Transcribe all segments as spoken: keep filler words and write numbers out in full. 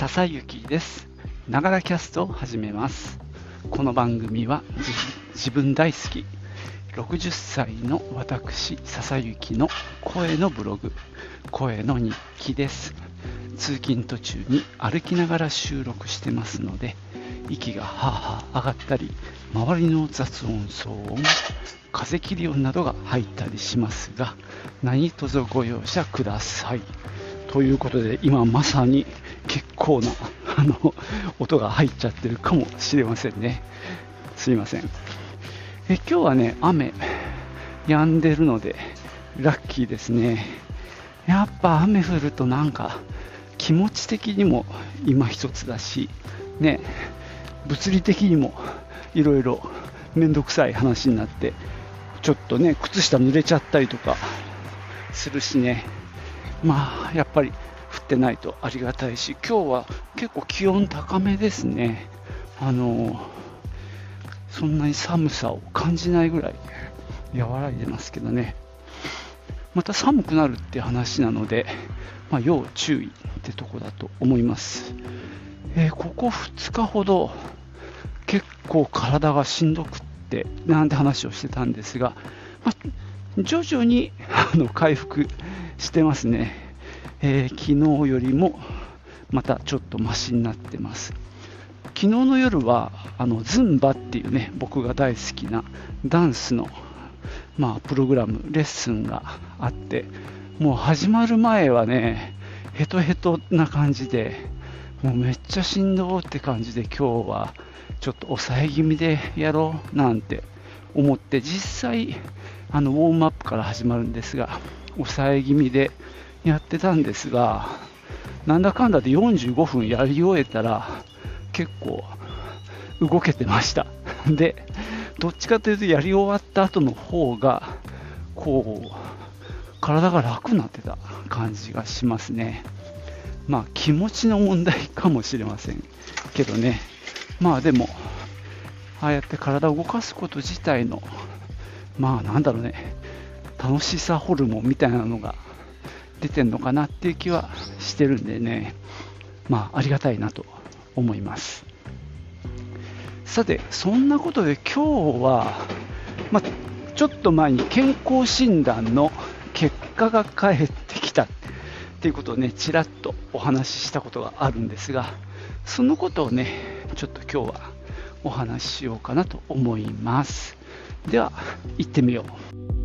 笹幸です。ながらキャストを始めます。この番組は自自分大好きろくじゅっさいの私笹幸の声のブログ、声の日記です。通勤途中に歩きながら収録してますので、息がはあはあ上がったり、周りの雑音、騒音、風切り音などが入ったりしますが、何卒ご容赦ください。ということで、今まさに結構なあの音が入っちゃってるかもしれませんね。すいません。え今日はね、雨止んでるのでラッキーですね。やっぱ雨降るとなんか気持ち的にも今一つだしね、物理的にもいろいろめんどくさい話になって、ちょっとね靴下濡れちゃったりとかするしね。まあやっぱり降ってないとありがたいし、今日は結構気温高めですね。あのそんなに寒さを感じないぐらい和らいでますけどね。また寒くなるって話なので、まあ、要注意ってとこだと思います。えー、ここふつかほど結構体がしんどくってなんて話をしてたんですが、まあ、徐々にあの回復してますね。えー、昨日よりもまたちょっとマシになってます。昨日の夜はあのズンバっていうね、僕が大好きなダンスの、まあ、プログラムレッスンがあって、もう始まる前はねヘトヘトな感じで、もうめっちゃしんどって感じで、今日はちょっと抑え気味でやろうなんて思って、実際あのウォームアップから始まるんですが、抑え気味でやってたんですが、なんだかんだでよんじゅうごふんやり終えたら結構動けてました。で、どっちかというとやり終わった後の方がこう体が楽になってた感じがしますね。まあ気持ちの問題かもしれませんけどね。まあでもああやって体を動かすこと自体のまあなんだろうね、楽しさホルモンみたいなのが出てんのかなっていう気はしてるんでね、まあありがたいなと思います。さて、そんなことで今日は、まあ、ちょっと前に健康診断の結果が返ってきたっていうことをね、ちらっとお話ししたことがあるんですが、そのことをね、ちょっと今日はお話ししようかなと思います。では、行ってみよう。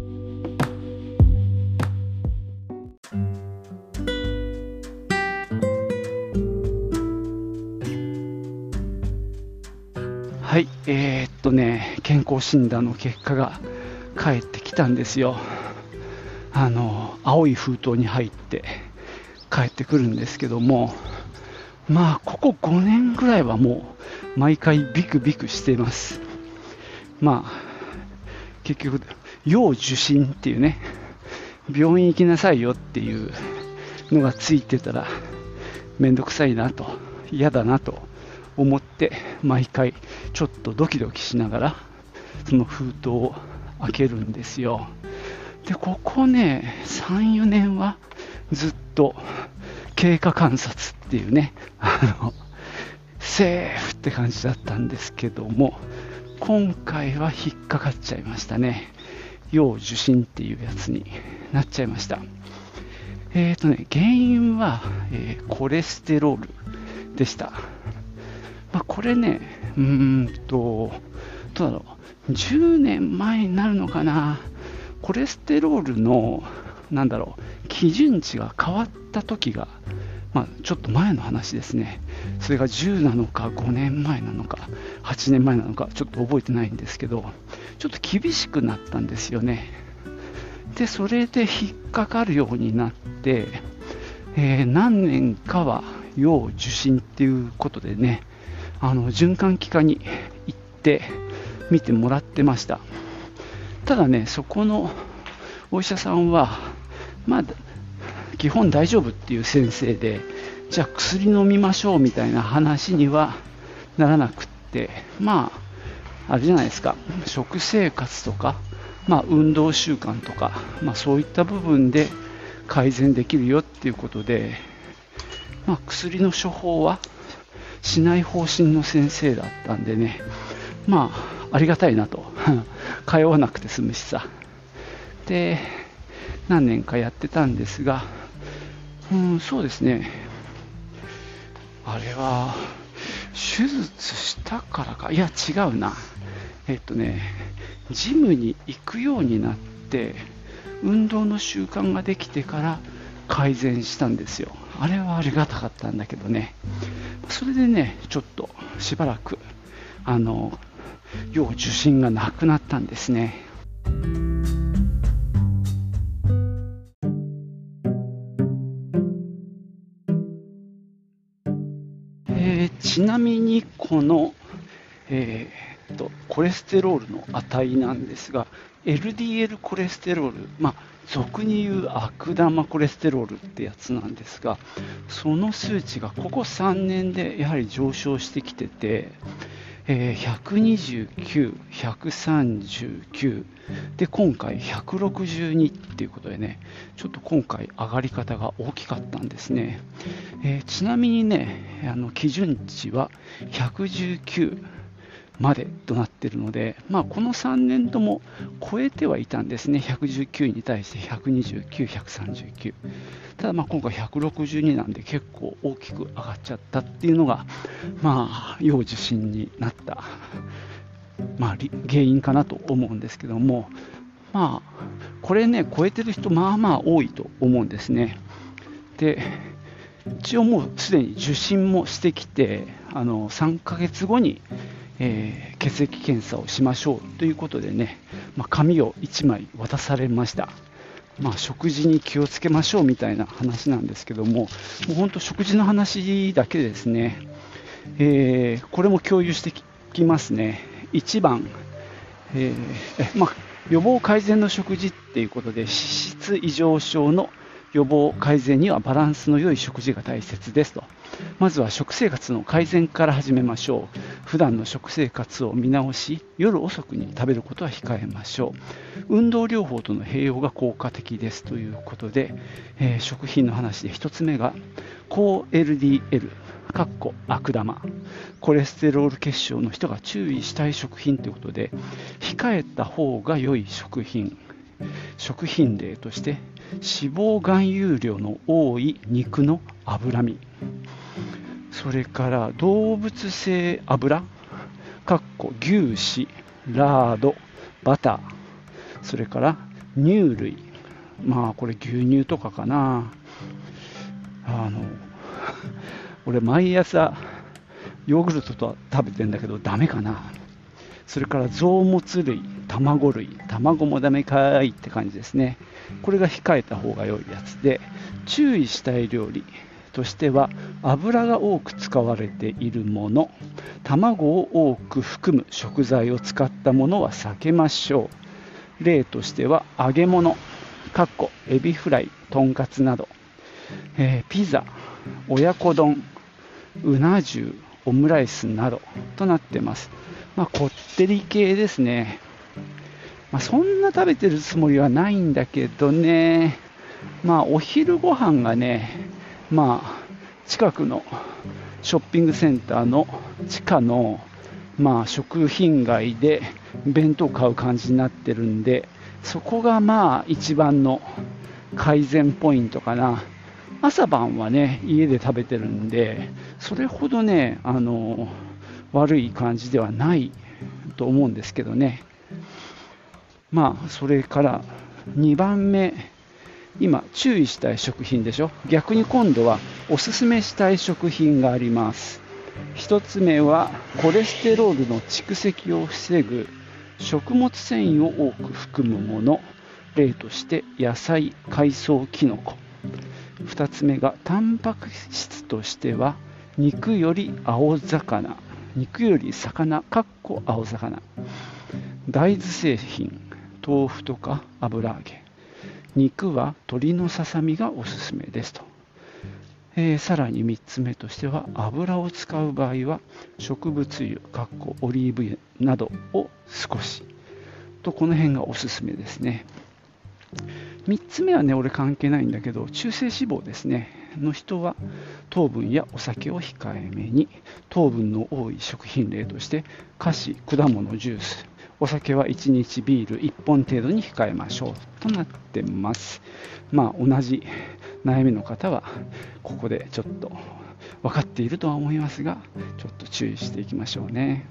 はい、えー、っとね、健康診断の結果が返ってきたんですよ。あの、青い封筒に入って返ってくるんですけども、まあ、ここごねんぐらいはもう毎回ビクビクしています。まあ、結局、要受診っていうね、病院行きなさいよっていうのがついてたら、めんどくさいなと、嫌だなと思って毎回ちょっとドキドキしながらその封筒を開けるんですよ。でここね さん,よ 年はずっと経過観察っていうね、あのセーフって感じだったんですけども、今回は引っかかっちゃいましたね。要受診っていうやつになっちゃいました。えーとね原因は、えー、コレステロールでした。まあ、これね、うーんと、どうだろう、じゅうねんまえになるのかな、コレステロールの、なんだろう、基準値が変わった時が、まあ、ちょっと前の話ですね。それがじゅうなのか、ごねんまえなのか、はちねんまえなのか、ちょっと覚えてないんですけど、ちょっと厳しくなったんですよね。で、それで引っかかるようになって、えー、何年かは要受診っていうことでね、あの循環器科に行って見てもらってました。ただね、そこのお医者さんはまあ基本大丈夫っていう先生で、じゃあ薬飲みましょうみたいな話にはならなくって、まああれじゃないですか、食生活とか、まあ、運動習慣とか、まあ、そういった部分で改善できるよっていうことで、 まあ、薬の処方はしない方針の先生だったんでね、まあありがたいなと通わなくて済むしさ。で何年かやってたんですが、うん、そうですね、あれは手術したからか、いや違うな、えっとねジムに行くようになって運動の習慣ができてから改善したんですよ。あれはありがたかったんだけどね、それでねちょっとしばらくあの要受診がなくなったんですね。えーちなみにこの、えーっとコレステロールの値なんですが、 エルディーエル コレステロール、まあ、俗に言う悪玉コレステロールってやつなんですが、その数値がここさんねんでやはり上昇してきてて、えーひゃくにじゅうきゅう、ひゃくさんじゅうきゅうで今回ひゃくろくじゅうにっていうことでね、ちょっと今回上がり方が大きかったんですね。えーちなみにね、あの基準値はひゃくじゅうきゅうまでとなっているので、まあ、このさんねんとも超えてはいたんですね。ひゃくじゅうきゅうに対してひゃくにじゅうきゅう、ひゃくさんじゅうきゅう、ただまあ今回ひゃくろくじゅうになんで結構大きく上がっちゃったっていうのが、まあ要受診になった、まあ、原因かなと思うんですけども、まあこれね超えてる人まあまあ多いと思うんですね。で一応もうすでに受診もしてきて、あのさんかげつごにえー血液検査をしましょうということでね、まあ、紙をいちまい渡されました。まあ、食事に気をつけましょうみたいな話なんですけども、もう本当食事の話だけですね、えーこれも共有してきますね。いちばん、えーえまあ、予防改善の食事っていうことで、脂質異常症の予防改善にはバランスの良い食事が大切ですと。まずは食生活の改善から始めましょう。普段の食生活を見直し、夜遅くに食べることは控えましょう。運動療法との併用が効果的ですということで、えー食品の話でひとつめが高 エルディーエル かっこ悪玉コレステロール血症の人が注意したい食品ということで、控えた方が良い食品食品例として、脂肪含有量の多い肉の脂身、それから動物性油かっこ牛脂、ラード、バター、それから乳類、まあこれ牛乳とかかな。あの俺毎朝ヨーグルトと食べてんだけどダメかな。それから臓物類、卵類、卵もダメかいって感じですね。これが控えた方が良いやつで、注意したい料理としては油が多く使われているもの、卵を多く含む食材を使ったものは避けましょう。例としては揚げ物かっこエビフライ、とんかつなど、えーピザ、親子丼、うな重、オムライスなどとなってます。まあ、こってり系ですね。まあ、そんな食べてるつもりはないんだけどね、まあ、お昼ご飯がね、まあ、近くのショッピングセンターの地下の、まあ、食品街で弁当買う感じになってるんで、そこがまあ一番の改善ポイントかな。朝晩はね家で食べてるんで、それほどねあの悪い感じではないと思うんですけどね。まあそれからにばんめ、今注意したい食品でしょ。逆に今度はおすすめしたい食品があります。ひとつめはコレステロールの蓄積を防ぐ食物繊維を多く含むもの、例として野菜、海藻、きのこ。ふたつめがタンパク質としては肉より青魚、肉より魚かっこ青魚、大豆製品、豆腐とか油揚げ、肉は鶏のささみがおすすめですと。えー、さらにみっつめとしては油を使う場合は植物油かっこオリーブ油などを少しと、この辺がおすすめですね。みっつめはね俺関係ないんだけど、中性脂肪ですね。 の人は糖分やお酒を控えめに、糖分の多い食品例として菓子、果物、ジュース、お酒はいちにちビールいっぽん程度に控えましょうとなってます。まあ同じ悩みの方はここでちょっと分かっているとは思いますが、ちょっと注意していきましょうね。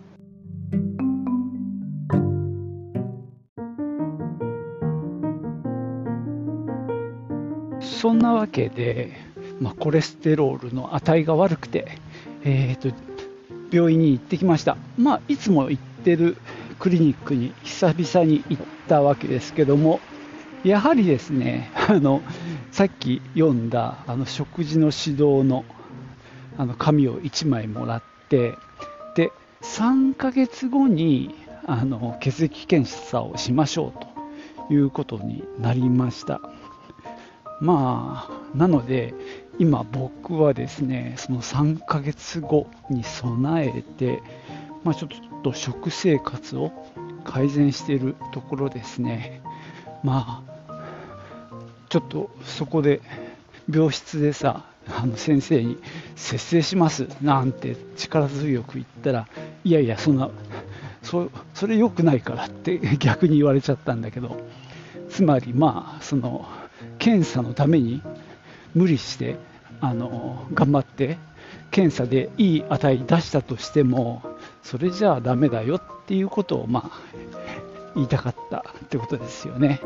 そんなわけで、まあ、コレステロールの値が悪くて、えー、と病院に行ってきました。まあ、いつも行ってるクリニックに久々に行ったわけですけども、やはりですね、あのさっき読んだあの食事の指導のあの紙をいちまいもらって、でさんかげつごにあの血液検査をしましょうということになりました。まあなので今僕はですね、そのさんかげつごに備えて、まあ、ちょっと食生活を改善しているところですね。まあちょっとそこで病室でさ、あの先生に節制しますなんて力強く言ったら、いやいやそんな そ, それ良くないからって逆に言われちゃったんだけど、つまりまあその検査のために無理してあの頑張って検査でいい値出したとしても、それじゃあダメだよっていうことをまあ言いたかったってことですよね。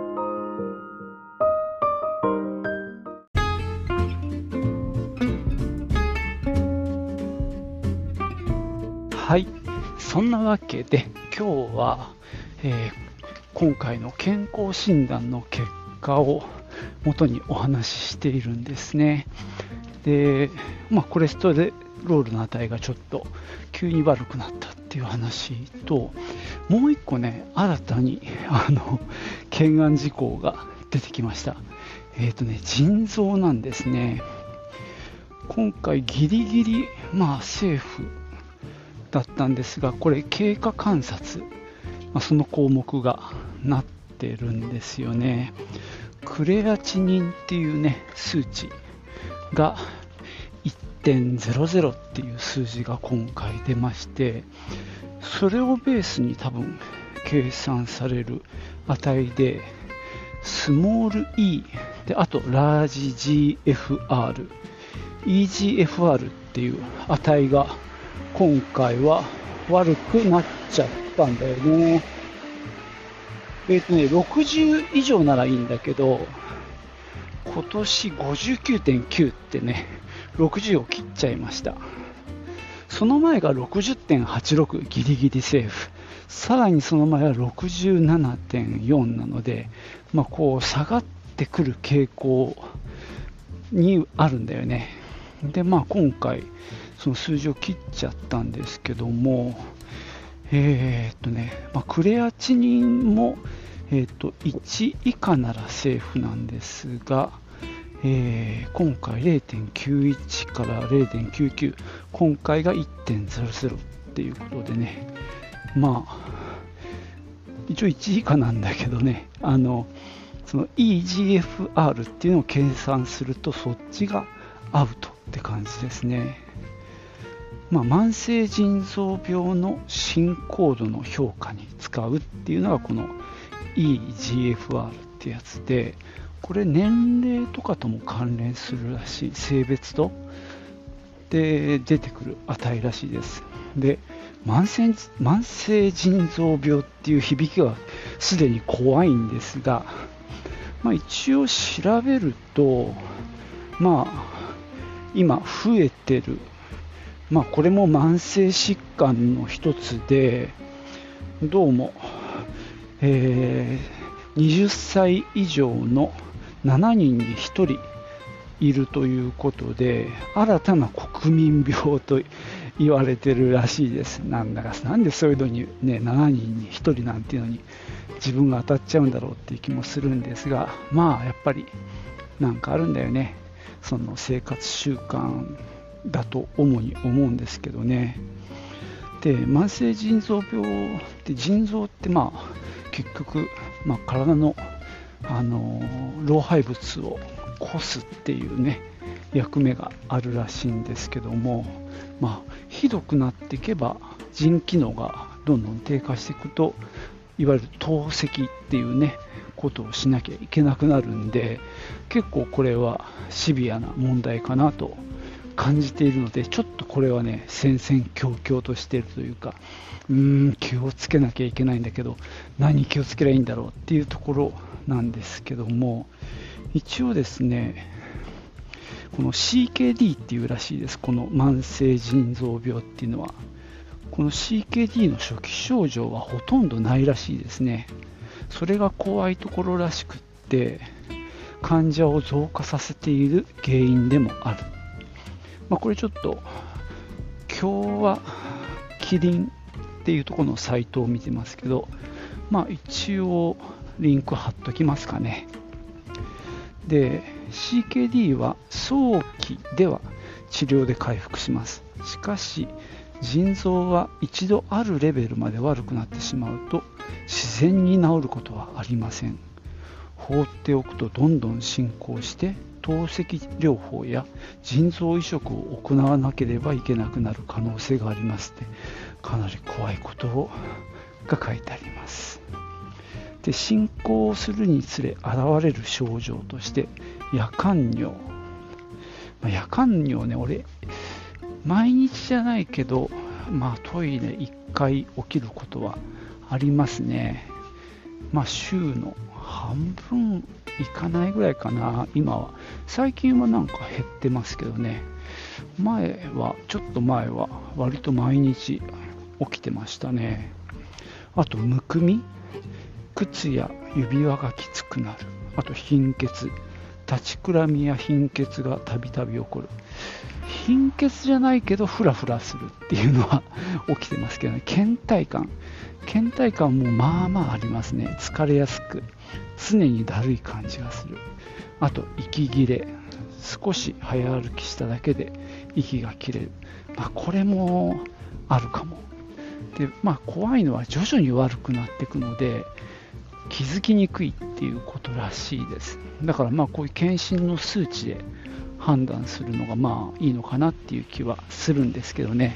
はい、そんなわけで今日は、えー、今回の健康診断の結果を元にお話ししているんですね。で、まあ、コレステロールの値がちょっと急に悪くなったっていう話と、もう一個ね、新たにあの懸案事項が出てきました。えっとね、腎臓なんですね。今回ギリギリまあセーフだったんですが、これ経過観察、まあ、その項目がなってるんですよね。クレアチニンっていうね数値が いってんゼロゼロ っていう数字が今回出まして、それをベースに多分計算される値で、スモール e で、あとラージ ジーエフアール、イージーエフアール っていう値が今回は悪くなっちゃったんだよね。えっとね、ろくじゅう以上ならいいんだけど、今年 ごじゅうきゅうてんきゅう ってね、ろくじゅうを切っちゃいました。その前が ろくじゅってんはちろく、ギリギリセーフ。さらにその前は ろくじゅうななてんよん なので、まあ、こう下がってくる傾向にあるんだよね。で、まあ今回その数字を切っちゃったんですけども、えーっとね、まあ、クレアチニンも、えーっといち以下ならセーフなんですが、えー、今回 れいてんきゅういち から れいてんきゅうきゅう、今回が いってんゼロゼロ っていうことでね、まあ一応いち以下なんだけどね、あのその イージーエフアール っていうのを計算するとそっちがアウトって感じですね。まあ、慢性腎臓病の進行度の評価に使うっていうのがこの イージーエフアール ってやつで、これ年齢とかとも関連するらしい、性別とで出てくる値らしいです。で、慢性慢性腎臓病っていう響きはすでに怖いんですが、まあ、一応調べると、まあ今増えてる、まあ、これも慢性疾患の一つで、どうも、えー、はたち以上のしちにんにひとりいるということで、新たな国民病と言われてるらしいです。なんだか、なんでそういうのに、ね、しちにんにひとりなんていうのに自分が当たっちゃうんだろうっていう気もするんですが、まあやっぱりなんかあるんだよね、その生活習慣だと主に思うんですけどね。で、慢性腎臓病って腎臓ってまあ結局、まあ、体の、あの老廃物をこすっていうね役目があるらしいんですけども、まあ、ひどくなっていけば腎機能がどんどん低下していくと、いわゆる透析っていうねことをしなきゃいけなくなるんで、結構これはシビアな問題かなと感じているので、ちょっとこれはね戦々恐々としているというか、うーん気をつけなきゃいけないんだけど、何気をつければいいんだろうっていうところなんですけども、一応ですね、この シーケーディー っていうらしいです。この慢性腎臓病っていうのは、この シーケーディー の初期症状はほとんどないらしいですね。それが怖いところらしくって、患者を増加させている原因でもある。まあ、これちょっと共和キリンっていうところのサイトを見てますけど、まあ一応リンク貼っときますかね。で シーケーディー は早期では治療で回復します。しかし腎臓は一度あるレベルまで悪くなってしまうと自然に治ることはありません。放っておくとどんどん進行して透析療法や腎臓移植を行わなければいけなくなる可能性がありますって、かなり怖いことをが書いてあります。で進行するにつれ現れる症状として夜間尿、まあ、夜間尿ね、俺毎日じゃないけど、まあ、トイレいっかい起きることはありますね。まあ、週の半分いかないぐらいかな。今は最近はなんか減ってますけどね。前はちょっと前は割と毎日起きてましたね。あとむくみ、靴や指輪がきつくなる。あと貧血、立ちくらみや貧血がたびたび起こる。貧血じゃないけどフラフラするっていうのは起きてますけどね。倦怠感倦怠感もまあまあありますね。疲れやすく常にだるい感じがする。あと息切れ、少し早歩きしただけで息が切れる。まあ、これもあるかも。で、まあ、怖いのは徐々に悪くなっていくので気づきにくいっていうことらしいです。だからまあこういう検診の数値で判断するのがまあいいのかなっていう気はするんですけどね。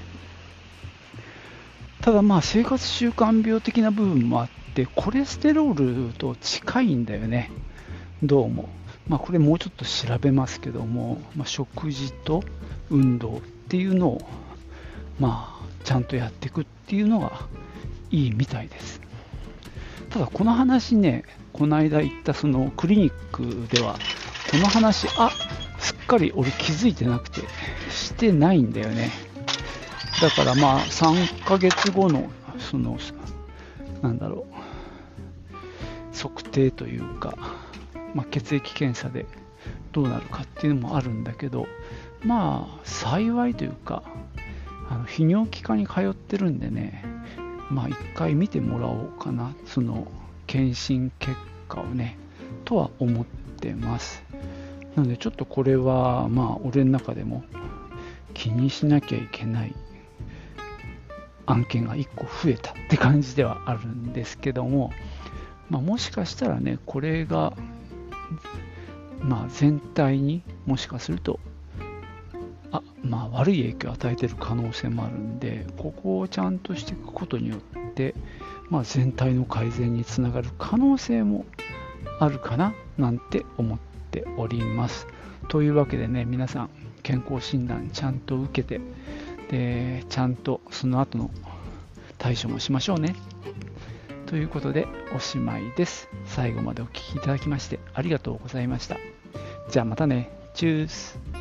ただまあ生活習慣病的な部分もあってコレステロールと近いんだよね、どうも。まあこれもうちょっと調べますけども、まあ、食事と運動っていうのをまあちゃんとやっていくっていうのがいいみたいです。ただこの話ね、この間行ったそのクリニックではこの話あすっかり俺気づいてなくてしてないんだよね。だからまあさんかげつごのそのなんだろう測定というか、まあ、血液検査でどうなるかっていうのもあるんだけど、まあ幸いというかあの泌尿器科に通ってるんでね、まあ一回見てもらおうかな、その検診結果をねとは思ってます。なのでちょっとこれはまあ俺の中でも気にしなきゃいけない案件がいっこ増えたって感じではあるんですけども、まあ、もしかしたらねこれがまあ全体にもしかするとあ、まあ、悪い影響を与えている可能性もあるんで、ここをちゃんとしていくことによって、まあ、全体の改善につながる可能性もあるかななんて思っております。というわけでね、皆さん健康診断ちゃんと受けて、でちゃんとその後の対処もしましょうね。ということでおしまいです。最後までお聞きいただきましてありがとうございました。じゃあまたね。チュース。